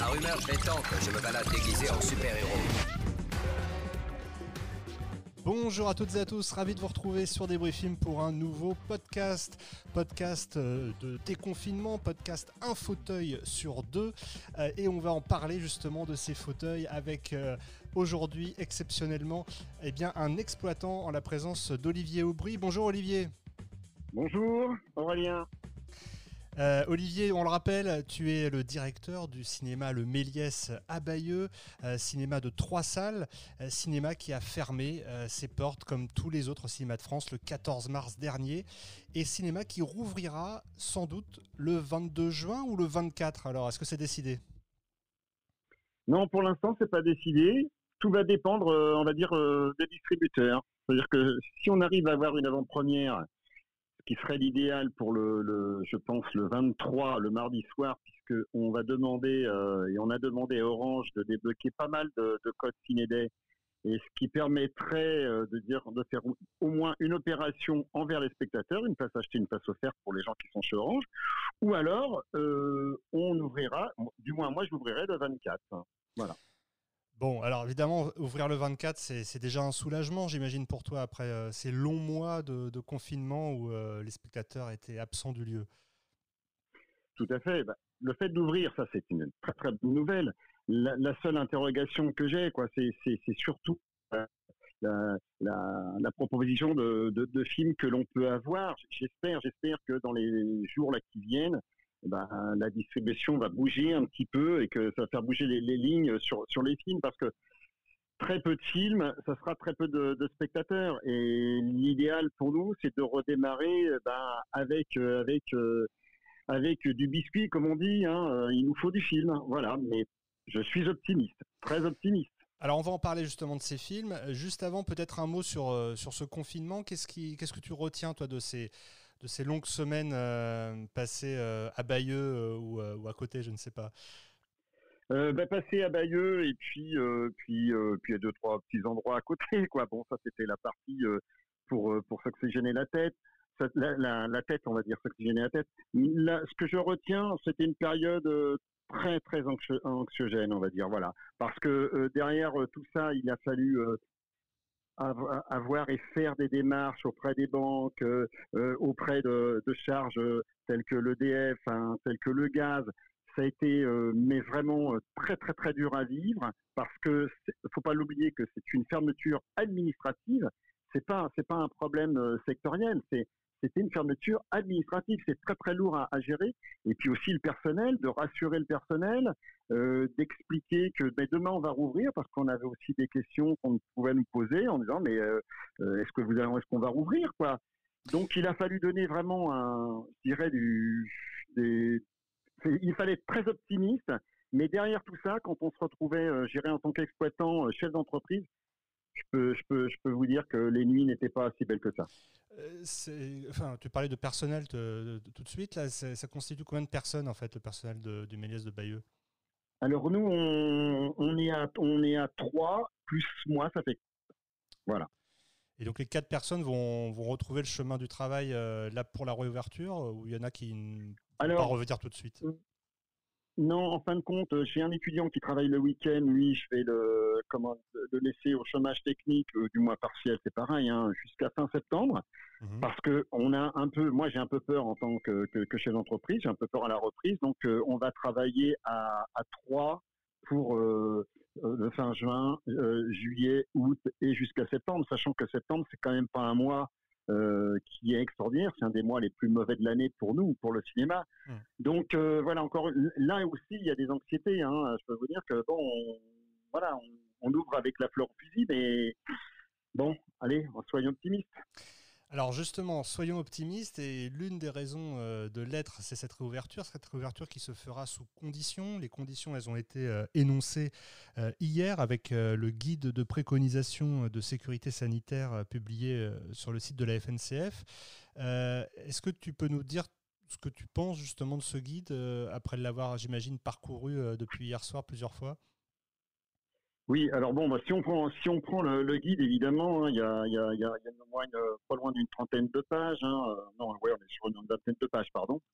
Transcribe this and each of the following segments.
rumeur prétend que je me balade déguisé en super-héros. Bonjour à toutes et à tous, ravi de vous retrouver sur Débriefing pour un nouveau podcast de déconfinement, podcast un fauteuil sur deux, et on va en parler justement de ces fauteuils avec aujourd'hui exceptionnellement un exploitant en la présence d'Olivier Aubry. Bonjour Olivier. Bonjour Aurélien. Olivier, on le rappelle, tu es le directeur du cinéma Le Méliès à Bayeux, cinéma de 3 salles, cinéma qui a fermé ses portes comme tous les autres cinémas de France le 14 mars dernier, et cinéma qui rouvrira sans doute le 22 juin ou le 24. Alors, est-ce que c'est décidé ? Non, pour l'instant, c'est pas décidé. Tout va dépendre, on va dire, des distributeurs. C'est-à-dire que si on arrive à avoir une avant-première qui serait l'idéal pour je pense, le 23, le mardi soir, puisque on va demander, et on a demandé à Orange de débloquer pas mal de codes Cinéday, et ce qui permettrait de faire au moins une opération envers les spectateurs, une place achetée, une place offerte pour les gens qui sont chez Orange, ou alors on ouvrira, du moins moi je l'ouvrirai le 24. Voilà. Bon, alors évidemment, ouvrir le 24, c'est déjà un soulagement, j'imagine, pour toi, après ces longs mois de confinement où les spectateurs étaient absents du lieu. Tout à fait. Le fait d'ouvrir, ça, c'est une très, très bonne nouvelle. La seule interrogation que j'ai, c'est surtout la proposition de films que l'on peut avoir. J'espère que dans les jours là qui viennent, la distribution va bouger un petit peu et que ça va faire bouger les lignes sur les films, parce que très peu de films, ça sera très peu de spectateurs, et l'idéal pour nous, c'est de redémarrer avec du biscuit, comme on dit, il nous faut du film, voilà, mais je suis optimiste, très optimiste. Alors on va en parler justement de ces films. Juste avant, peut-être un mot sur ce confinement. Qu'est-ce que tu retiens, toi, de ces longues semaines passées à Bayeux ou à côté, je ne sais pas. Passer à Bayeux et puis il y a 2-3 petits endroits à côté, quoi. Bon, ça c'était la partie pour s'oxygéner la tête. La tête, on va dire, s'oxygéner la tête. Là, ce que je retiens, c'était une période très très anxiogène, on va dire, voilà, parce que derrière tout ça, il a fallu avoir et faire des démarches auprès des banques, auprès de charges telles que l'EDF, telles que le gaz. Ça a été mais vraiment très très très dur à vivre, parce que faut pas l'oublier que c'est une fermeture administrative. C'est pas un problème sectoriel. C'était une fermeture administrative, c'est très très lourd à gérer. Et puis aussi le personnel, de rassurer le personnel, d'expliquer que demain on va rouvrir, parce qu'on avait aussi des questions qu'on pouvait nous poser en disant est-ce qu'on va rouvrir, quoi. Donc il a fallu donner vraiment il fallait être très optimiste, mais derrière tout ça, quand on se retrouvait, en tant qu'exploitant, chef d'entreprise, je peux vous dire que les nuits n'étaient pas si belles que ça. Tu parlais de personnel tout de suite. Là, ça constitue combien de personnes, en fait, le personnel du Méliès de Bayeux ? Alors nous, on est à 3, plus moi, ça fait... Voilà. Et donc les 4 personnes vont retrouver le chemin du travail là pour la réouverture, ou il y en a qui ne vont pas revenir tout de suite ? Non, en fin de compte, j'ai un étudiant qui travaille le week-end. Lui, je vais le laisser au chômage technique, du mois partiel, c'est pareil, jusqu'à fin septembre. Parce que moi j'ai un peu peur en tant que chef d'entreprise, j'ai un peu peur à la reprise. Donc on va travailler à 3 pour le fin juin, juillet, août et jusqu'à septembre, sachant que septembre, c'est quand même pas un mois qui est extraordinaire, c'est un des mois les plus mauvais de l'année pour nous, pour le cinéma. Donc voilà, encore là aussi, il y a des anxiétés. Je peux vous dire que on ouvre avec la fleur au fusil, mais bon, allez, soyons optimistes. Alors justement, soyons optimistes, et l'une des raisons de l'être, c'est cette réouverture qui se fera sous conditions. Les conditions, elles ont été énoncées hier avec le guide de préconisation de sécurité sanitaire publié sur le site de la FNCF. Est-ce que tu peux nous dire ce que tu penses justement de ce guide, après l'avoir, j'imagine, parcouru depuis hier soir plusieurs fois ? Oui, alors bon, si on prend le guide, évidemment, il y a au moins pas loin d'une trentaine de pages. Non, ouais, on est sur une vingtaine de pages, pardon.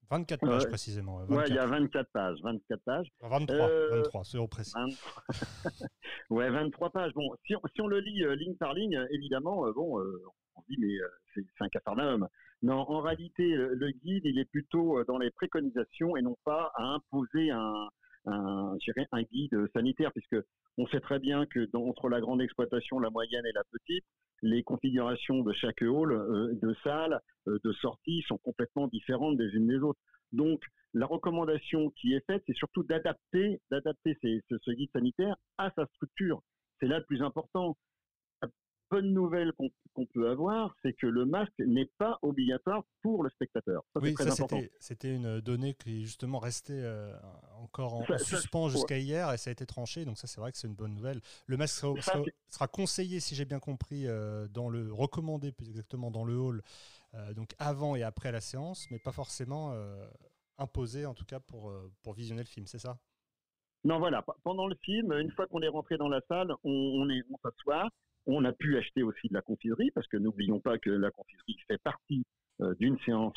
24 pages précisément. Ouais, il y a 24 pages. 24 pages. 23, c'est au précis. 23... ouais, 23 pages. Bon, si on le lit ligne par ligne, évidemment, on se dit, mais c'est un capharnaüm. Non, en réalité, le guide, il est plutôt dans les préconisations et non pas à imposer un guide sanitaire, puisque on sait très bien que entre la grande exploitation, la moyenne et la petite, les configurations de chaque hall, de salle, de sortie sont complètement différentes des unes des autres. Donc, la recommandation qui est faite, c'est surtout d'adapter ce guide sanitaire à sa structure. C'est là le plus important. La bonne nouvelle qu'on peut avoir, c'est que le masque n'est pas obligatoire pour le spectateur. Ça, oui, c'est très important. C'était une donnée qui justement restait encore en suspens jusqu'à hier et ça a été tranché. Donc ça, c'est vrai que c'est une bonne nouvelle. Le masque sera conseillé, si j'ai bien compris, recommandé plus exactement dans le hall, donc avant et après la séance, mais pas forcément imposé en tout cas pour visionner le film, c'est ça? Non, voilà. Pendant le film, une fois qu'on est rentré dans la salle, on s'assoit. On a pu acheter aussi de la confiserie, parce que n'oublions pas que la confiserie fait partie d'une séance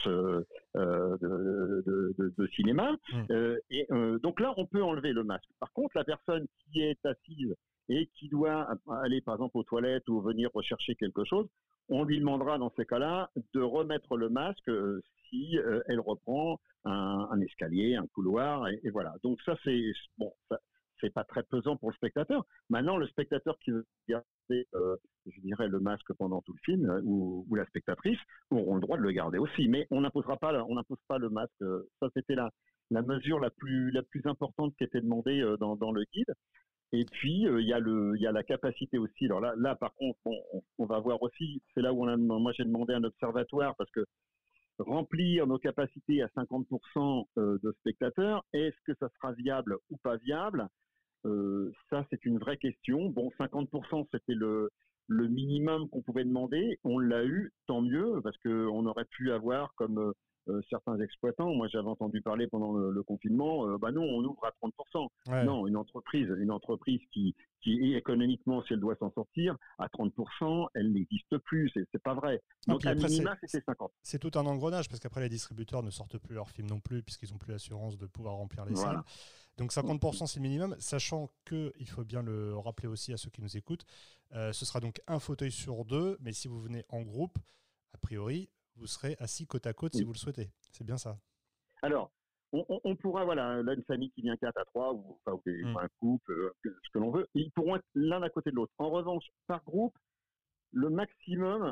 de cinéma. Donc là, on peut enlever le masque. Par contre, la personne qui est assise et qui doit aller, par exemple, aux toilettes ou venir rechercher quelque chose, on lui demandera dans ces cas-là de remettre le masque si elle reprend un escalier, un couloir, et voilà. Donc ça, c'est pas très pesant pour le spectateur. Maintenant, le spectateur qui veut garder, je dirais, le masque pendant tout le film, ou la spectatrice, auront le droit de le garder aussi. Mais on n'impose pas le masque. Ça, c'était la mesure la plus importante qui était demandée dans le guide. Et puis, il y a la capacité aussi. Alors là par contre, on va voir aussi, c'est là où moi j'ai demandé un observatoire, parce que remplir nos capacités à 50% de spectateurs, est-ce que ça sera viable ou pas viable? Ça, c'est une vraie question. Bon, 50%, c'était le minimum qu'on pouvait demander. On l'a eu, tant mieux, parce qu'on aurait pu avoir comme certains exploitants. Moi, j'avais entendu parler pendant le confinement, non, on ouvre à 30%. Ouais. Non, une entreprise qui économiquement, si elle doit s'en sortir, à 30%, elle n'existe plus. C'est pas vrai. Donc, à minima, c'était 50%. C'est tout un engrenage, parce qu'après, les distributeurs ne sortent plus leurs films non plus, puisqu'ils n'ont plus l'assurance de pouvoir remplir les salles. Donc 50% c'est le minimum, sachant qu'il faut bien le rappeler aussi à ceux qui nous écoutent, ce sera donc un fauteuil sur deux, mais si vous venez en groupe, a priori, vous serez assis côte à côte si vous le souhaitez. C'est bien ça. Alors, on pourra, voilà, là, une famille qui vient 4 à 3, ou un couple, ce que l'on veut, ils pourront être l'un à côté de l'autre. En revanche, par groupe, le maximum,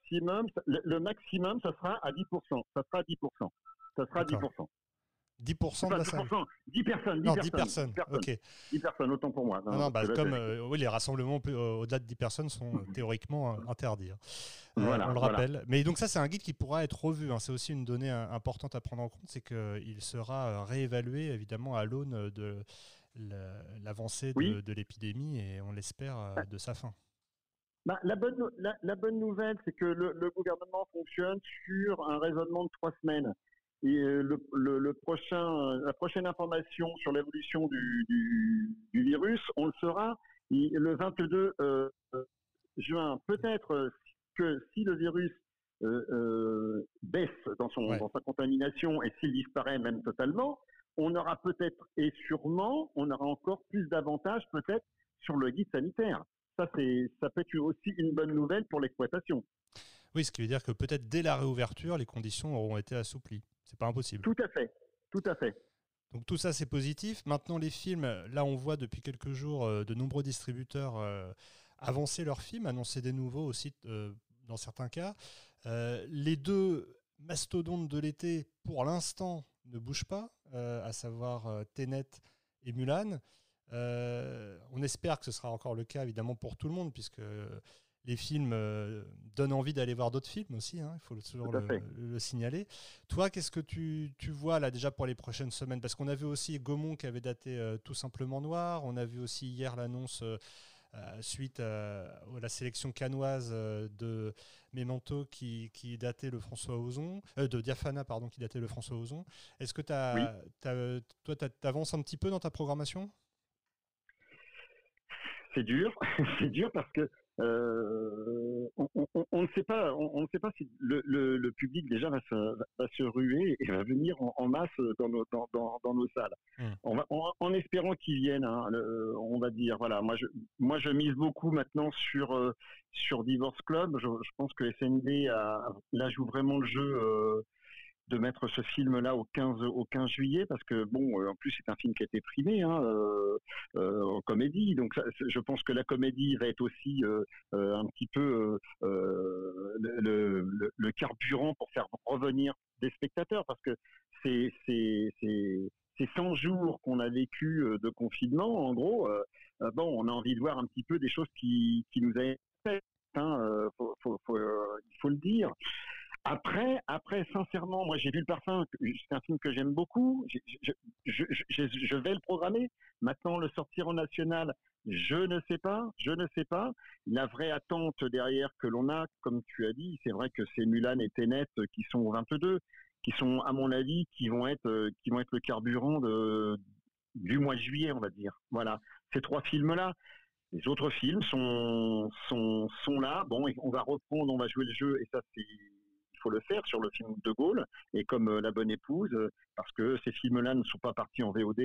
ça sera à 10%. Ça sera à 10%. Ça sera à 10%. 10% de la salle. 10 personnes. 10 personnes. Ok. 10 personnes, autant pour moi. Oui, les rassemblements au-delà de 10 personnes sont théoriquement interdits. Voilà, on le rappelle. Voilà. Mais donc ça, c'est un guide qui pourra être revu. C'est aussi une donnée importante à prendre en compte, c'est qu'il sera réévalué évidemment à l'aune de l'avancée de l'épidémie et on l'espère de sa fin. La bonne nouvelle, c'est que le gouvernement fonctionne sur un raisonnement de 3 semaines. Et la prochaine information sur l'évolution du virus, on le saura le 22 juin. Peut-être que si le virus baisse dans sa contamination et s'il disparaît même totalement, on aura peut-être et sûrement, on aura encore plus d'avantages peut-être sur le guide sanitaire. Ça peut être aussi une bonne nouvelle pour l'exploitation. Oui, ce qui veut dire que peut-être dès la réouverture, les conditions auront été assouplies. C'est pas impossible. Tout à fait. Donc tout ça, c'est positif. Maintenant, les films, là, on voit depuis quelques jours de nombreux distributeurs avancer leurs films, annoncer des nouveaux aussi dans certains cas. Les deux mastodontes de l'été, pour l'instant, ne bougent pas, à savoir Tenet et Mulan. On espère que ce sera encore le cas, évidemment, pour tout le monde, puisque les films donnent envie d'aller voir d'autres films aussi, il faut toujours le signaler. Toi, qu'est-ce que tu vois là déjà pour les prochaines semaines? Parce qu'on a vu aussi Gaumont qui avait daté Tout simplement Noir, on a vu aussi hier l'annonce suite à la sélection cannoise de Memento qui datait le François Ozon, de Diafana pardon, qui datait le François Ozon. Est-ce que toi t'avances un petit peu dans ta programmation? C'est dur parce que On ne sait pas, on ne sait pas si le public déjà va se ruer et va venir en masse dans nos salles. En espérant qu'ils viennent, hein, on va dire. Voilà, moi je mise beaucoup maintenant sur Divorce Club. Je pense que SND là joue vraiment le jeu. De mettre ce film-là au 15 juillet, parce que, bon, en plus, c'est un film qui a été primé en comédie. Donc, je pense que la comédie va être aussi un petit peu le carburant pour faire revenir des spectateurs, parce que c'est 100 jours qu'on a vécu de confinement, en gros. Bon, on a envie de voir un petit peu des choses qui nous a été faites. Il faut le dire. Après, sincèrement, moi j'ai vu Le Parfum, c'est un film que j'aime beaucoup, je vais le programmer. Maintenant, le sortir en national, je ne sais pas. La vraie attente derrière que l'on a, comme tu as dit, c'est vrai que c'est Mulan et Tenet qui sont au 22, qui sont, à mon avis, qui vont être le carburant du mois de juillet, on va dire. Voilà, ces 3 films-là. Les autres films sont là. Bon, on va reprendre, on va jouer le jeu, et ça, il faut le faire sur le film de Gaulle, et comme La Bonne Épouse, parce que ces films-là ne sont pas partis en VOD,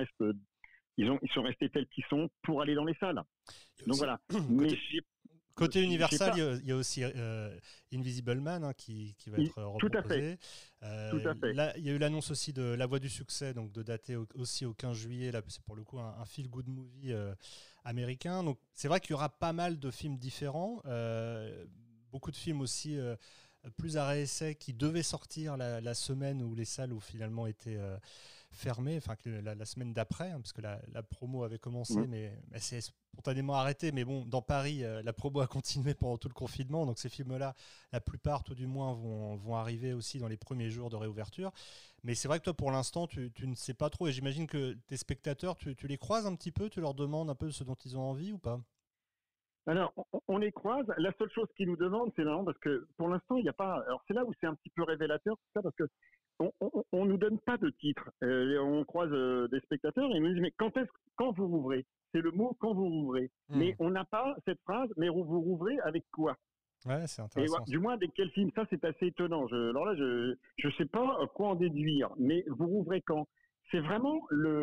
ils sont restés tels qu'ils sont pour aller dans les salles. Donc voilà. Côté Universal, il y a aussi Invisible Man qui va être reproposé. Tout à fait. Là, il y a eu l'annonce aussi de La Voie du Succès, donc de dater aussi au 15 juillet. Là, c'est pour le coup un feel-good movie américain. Donc c'est vrai qu'il y aura pas mal de films différents. Beaucoup de films aussi plus à réessai qui devaient sortir la semaine où les salles ont finalement été fermées, enfin la semaine d'après, hein, parce que la promo avait commencé, mais elle s'est spontanément arrêtée. Mais bon, dans Paris, la promo a continué pendant tout le confinement, donc ces films-là, la plupart, tout du moins, vont arriver aussi dans les premiers jours de réouverture. Mais c'est vrai que toi, pour l'instant, tu ne sais pas trop, et j'imagine que tes spectateurs, tu les croises un petit peu, tu leur demandes un peu ce dont ils ont envie ou pas ? Alors, on les croise. La seule chose qu'ils nous demandent, c'est marrant, parce que pour l'instant, il n'y a pas. Alors, c'est là où c'est un petit peu révélateur, tout ça, parce que on nous donne pas de titre. On croise des spectateurs et ils nous disent, mais quand vous rouvrez? C'est le mot quand vous rouvrez. Mais on n'a pas cette phrase, mais vous rouvrez avec quoi? Ouais, c'est intéressant. Du moins, avec quel film? Ça, c'est assez étonnant. Alors là, je sais pas quoi en déduire, mais vous rouvrez quand? C'est vraiment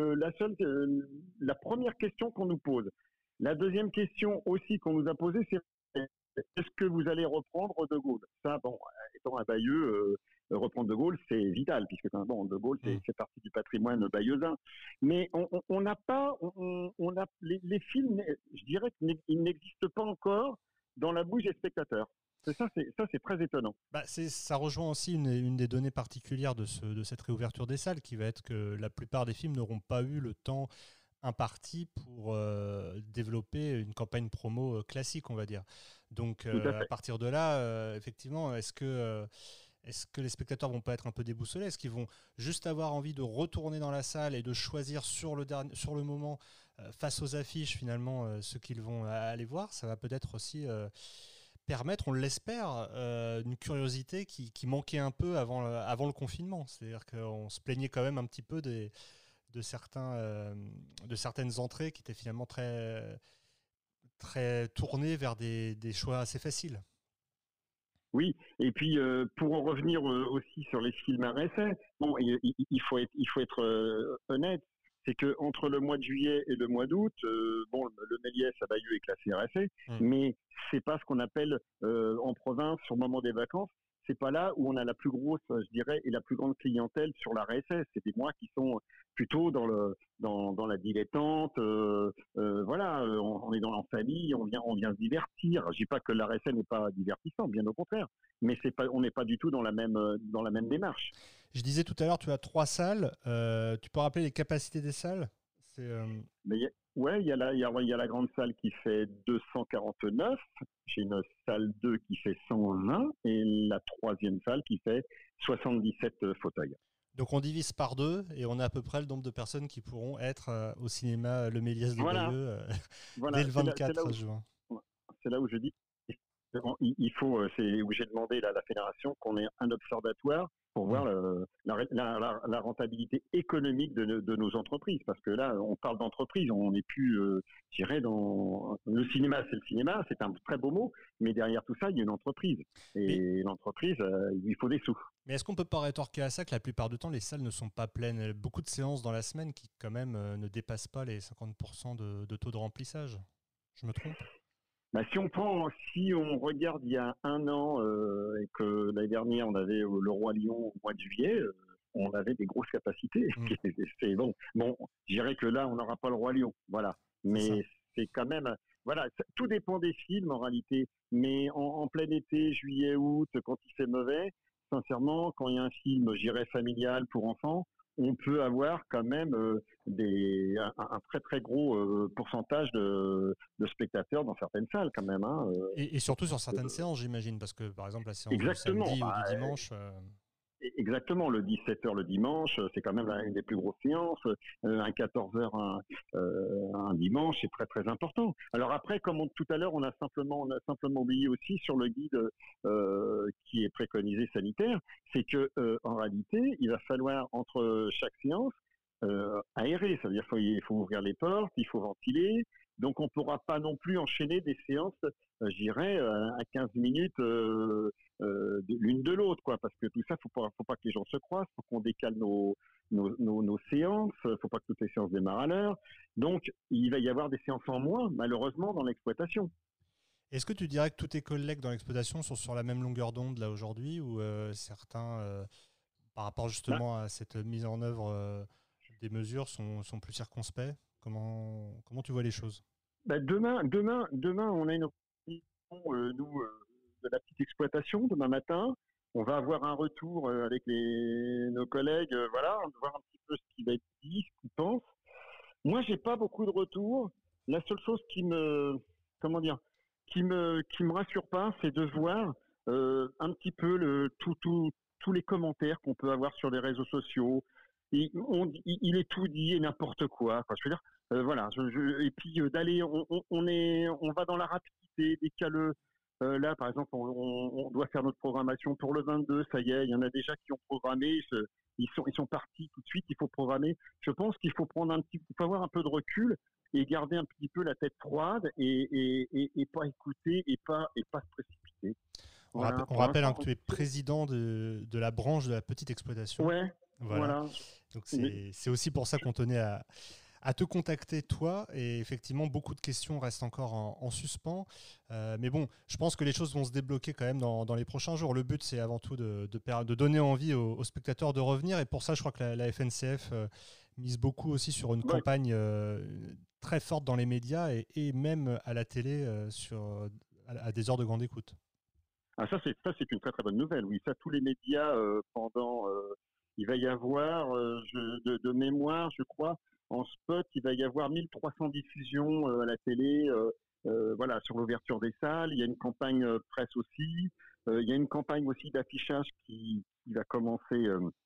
la première question qu'on nous pose. La deuxième question aussi qu'on nous a posée, c'est est-ce que vous allez reprendre De Gaulle? Ça, bon, étant un Bayeux, reprendre De Gaulle, c'est vital, puisque bon, De Gaulle, c'est partie du patrimoine bayeuxin. Mais on n'a pas, les films, je dirais qu'ils n'existent pas encore dans la bouche des spectateurs. Ça, c'est très étonnant. Ça rejoint aussi une des données particulières de cette réouverture des salles, qui va être que la plupart des films n'auront pas eu le temps imparti pour développer une campagne promo classique, on va dire. Donc, à partir de là, effectivement, est-ce que les spectateurs vont pas être un peu déboussolés? Est-ce qu'ils vont juste avoir envie de retourner dans la salle et de choisir sur le moment, face aux affiches, finalement, ce qu'ils vont aller voir? Ça va peut-être aussi permettre, on l'espère, une curiosité qui manquait un peu avant le confinement. C'est-à-dire qu'on se plaignait quand même un petit peu de certaines entrées qui étaient finalement très, très tournées vers des choix assez faciles. Oui, et puis pour en revenir aussi sur les films à réessai, bon, il faut être honnête, c'est que entre le mois de juillet et le mois d'août, bon, le Méliès à Bayeux est classé RSA, mais c'est pas ce qu'on appelle en province, sur le moment des vacances, c'est pas là où on a la plus grosse, je dirais, et la plus grande clientèle sur la RSS. C'est des mois qui sont plutôt dans la dilettante. Voilà, on est en famille, on vient se divertir. Je dis pas que la RSS n'est pas divertissant, bien au contraire, mais on n'est pas du tout dans la même démarche. Je disais tout à l'heure, tu as 3 salles. Tu peux rappeler les capacités des salles? Ouais, il y a la grande salle qui fait 249, j'ai une salle 2 qui fait 120 et la troisième salle qui fait 77 fauteuils. Donc on divise par 2 et on a à peu près le nombre de personnes qui pourront être au cinéma Le Méliès de Bayeux dès le 24 juin. C'est là où je dis il faut, c'est où j'ai demandé à la fédération qu'on ait un observatoire pour voir la rentabilité économique de nos entreprises. Parce que là, on parle d'entreprise, on n'est plus, je dirais, dans le cinéma, c'est le cinéma, c'est un très beau mot, mais derrière tout ça, il y a une entreprise. Et l'entreprise, il faut des sous. Mais est-ce qu'on peut pas rétorquer à ça que la plupart du temps, les salles ne sont pas pleines? Beaucoup de séances dans la semaine qui, quand même, ne dépassent pas les 50% de taux de remplissage. Je me trompe? Bah, si on regarde il y a un an et que l'année dernière on avait le Roi Lion au mois de juillet, on avait des grosses capacités. C'est bon. Bon, je dirais que là on n'aura pas le Roi Lion, voilà. Mais c'est quand même, voilà, tout dépend des films en réalité. Mais en plein été, juillet, août, quand il fait mauvais, sincèrement, quand il y a un film, je dirais familial pour enfants, on peut avoir quand même un très très gros pourcentage de spectateurs dans certaines salles quand même. Hein, et surtout sur certaines séances, j'imagine, parce que par exemple la séance du exactement, samedi ou du dimanche... Exactement, le 17h le dimanche, c'est quand même une des plus grosses séances. Un 14h un dimanche, c'est très très important. Alors après, comme tout à l'heure, on a simplement oublié aussi sur le guide qui est préconisé sanitaire, c'est que en réalité, il va falloir entre chaque séance aérer. Ça veut dire qu'il faut ouvrir les portes, il faut ventiler. Donc on ne pourra pas non plus enchaîner des séances, je dirais, à 15 minutes l'une de l'autre, quoi, parce que tout ça, faut pas que les gens se croisent, faut qu'on décale nos séances, faut pas que toutes les séances démarrent à l'heure. Donc il va y avoir des séances en moins, malheureusement, dans l'exploitation. Est-ce que tu dirais que tous tes collègues dans l'exploitation sont sur la même longueur d'onde là aujourd'hui, ou certains, par rapport justement à cette mise en œuvre des mesures, sont plus circonspects? Comment tu vois les choses? Demain, on a une réunion, de la petite exploitation, demain matin. On va avoir un retour avec nos collègues, voilà, on va voir un petit peu ce qui va être dit, ce qu'ils pensent. Moi, j'ai pas beaucoup de retours. La seule chose qui me rassure pas, c'est de voir un petit peu tous les commentaires qu'on peut avoir sur les réseaux sociaux. Il est tout dit et n'importe quoi. Enfin, je veux dire, voilà. Et puis d'aller, on va dans la rapidité, des caleux. Là, par exemple, on doit faire notre programmation pour le 22. Ça y est, il y en a déjà qui ont programmé. Ils sont partis tout de suite. Il faut programmer. Je pense qu'il faut faut avoir un peu de recul et garder un petit peu la tête froide et pas écouter et pas se précipiter. Voilà, on rappelle que tu es président de la branche de la petite exploitation. Ouais. Voilà. Donc c'est aussi pour ça qu'on tenait à te contacter, toi. Et effectivement, beaucoup de questions restent encore en suspens. Mais bon, je pense que les choses vont se débloquer quand même dans les prochains jours. Le but, c'est avant tout de donner envie aux spectateurs de revenir. Et pour ça, je crois que la FNCF mise beaucoup aussi sur une campagne très forte dans les médias et même à la télé à des heures de grande écoute. Ah, ça, c'est une très très bonne nouvelle. Oui, ça, tous les médias il va y avoir, de mémoire, je crois, en spot, il va y avoir 1300 diffusions à la télé, voilà, sur l'ouverture des salles. Il y a une campagne presse aussi. Il y a une campagne aussi d'affichage qui va commencer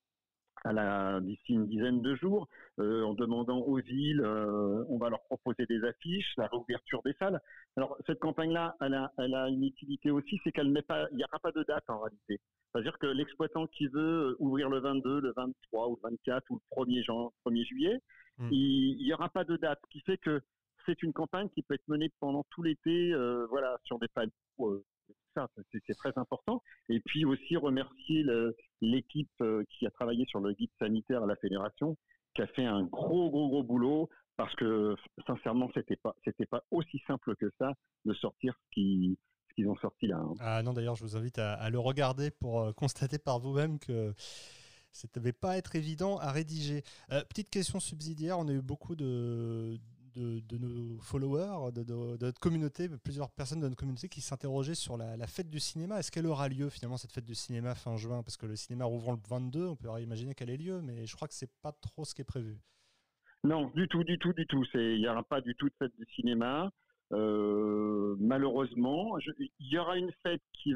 d'ici une dizaine de jours, en demandant aux villes, on va leur proposer des affiches, la réouverture des salles. Alors cette campagne-là, elle a une utilité aussi, c'est il n'y aura pas de date en réalité. C'est-à-dire que l'exploitant qui veut ouvrir le 22, le 23 ou le 24 ou le 1er juillet, il n'y aura pas de date, ce qui fait que c'est une campagne qui peut être menée pendant tout l'été, voilà, sur des panneaux. Ça, c'est très important. Et puis aussi remercier l'équipe qui a travaillé sur le guide sanitaire à la fédération, qui a fait un gros boulot, parce que sincèrement, c'était pas aussi simple que ça de sortir ce qu'ils ont sorti là. Hein. Ah non, d'ailleurs, je vous invite à le regarder pour constater par vous-même que ça ne devait pas être évident à rédiger. Petite question subsidiaire, on a eu beaucoup de nos followers, de notre communauté, plusieurs personnes de notre communauté qui s'interrogeaient sur la fête du cinéma. Est-ce qu'elle aura lieu finalement, cette fête du cinéma, fin juin? Parce que le cinéma rouvrant le 22, on peut imaginer qu'elle ait lieu, mais je crois que c'est pas trop ce qui est prévu. Non, du tout. Il n'y aura pas du tout de fête du cinéma. Malheureusement, il y aura une fête qui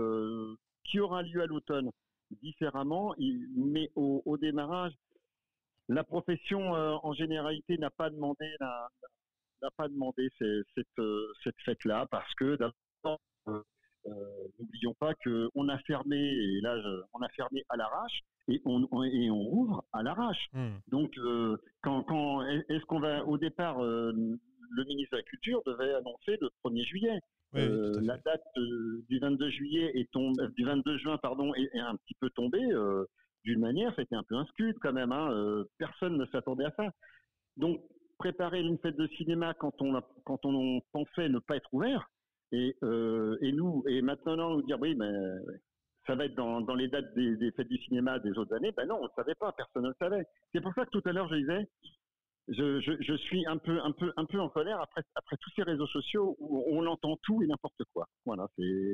aura lieu à l'automne différemment, mais au démarrage, la profession en généralité n'a pas demandé cette fête-là parce que d'abord n'oublions pas qu'on a fermé, et là, on a fermé à l'arrache, et on rouvre à l'arrache. Donc, est-ce qu'on va, au départ, le ministre de la Culture devait annoncer le 1er juillet. Oui, la date du 22 juillet du 22 juin, pardon, est un petit peu tombée. D'une manière, c'était un peu un scud quand même. Personne ne s'attendait à ça. Donc, préparer une fête de cinéma quand on pensait ne pas être ouvert, et maintenant nous dire oui, mais ça va être dans les dates des fêtes du cinéma des autres années. Ben non, on ne savait pas, personne ne le savait. C'est pour ça que tout à l'heure je disais, je suis un peu en colère après tous ces réseaux sociaux où on entend tout et n'importe quoi. Voilà,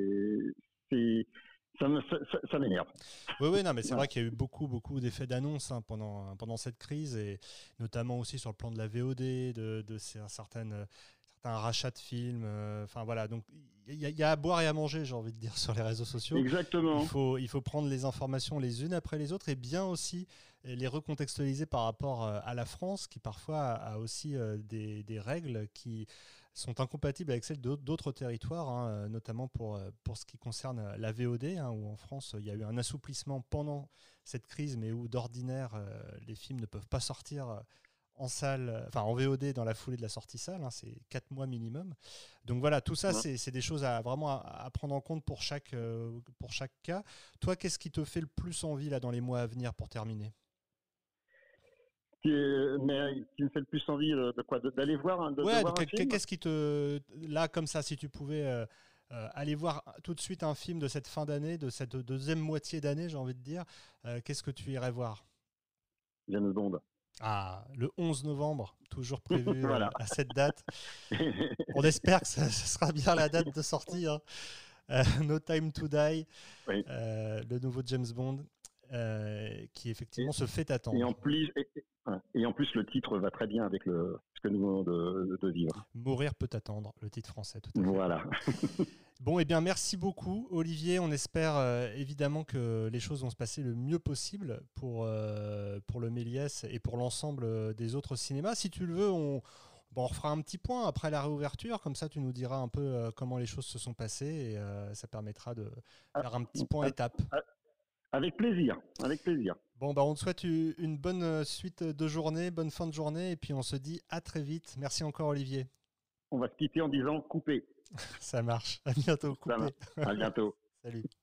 ça m'énerve. Oui, non, mais c'est vrai qu'il y a eu beaucoup d'effets d'annonce pendant cette crise, et notamment aussi sur le plan de la VOD, de certains rachats de films. Enfin voilà, donc il y a à boire et à manger, j'ai envie de dire, sur les réseaux sociaux. Exactement. Il faut prendre les informations les unes après les autres, et bien aussi les recontextualiser par rapport à la France, qui parfois a aussi des règles qui sont incompatibles avec celles d'autres territoires, notamment pour ce qui concerne la VOD, où en France il y a eu un assouplissement pendant cette crise, mais où d'ordinaire les films ne peuvent pas sortir en salle, enfin en VOD dans la foulée de la sortie salle, c'est 4 mois minimum. Donc voilà, tout ça, c'est des choses à prendre en compte pour chaque cas. Toi, qu'est-ce qui te fait le plus envie là dans les mois à venir, pour terminer? Qui me fait le plus envie de quoi, d'aller voir un film. Qu'est-ce qui là, comme ça, si tu pouvais aller voir tout de suite un film de cette fin d'année, de cette deuxième moitié d'année, j'ai envie de dire, qu'est-ce que tu irais voir? James Bond. Ah, le 11 novembre, toujours prévu voilà. à cette date. On espère que ce sera bien la date de sortie. No Time to Die, oui. Le nouveau James Bond, qui effectivement se fait attendre. Et en plus, le titre va très bien avec ce que nous venons de vivre. Mourir peut attendre, le titre français, tout à fait. Voilà. Bon, eh bien, merci beaucoup, Olivier. On espère évidemment que les choses vont se passer le mieux possible pour le Méliès et pour l'ensemble des autres cinémas. Si tu le veux, on refera un petit point après la réouverture. Comme ça, tu nous diras un peu comment les choses se sont passées, et ça permettra de faire un petit point étape. Avec plaisir, avec plaisir. Bon, on te souhaite une bonne suite de journée, bonne fin de journée, et puis on se dit à très vite. Merci encore, Olivier. On va se quitter en disant coupez. Ça marche. À bientôt. Coupez. À bientôt. Salut.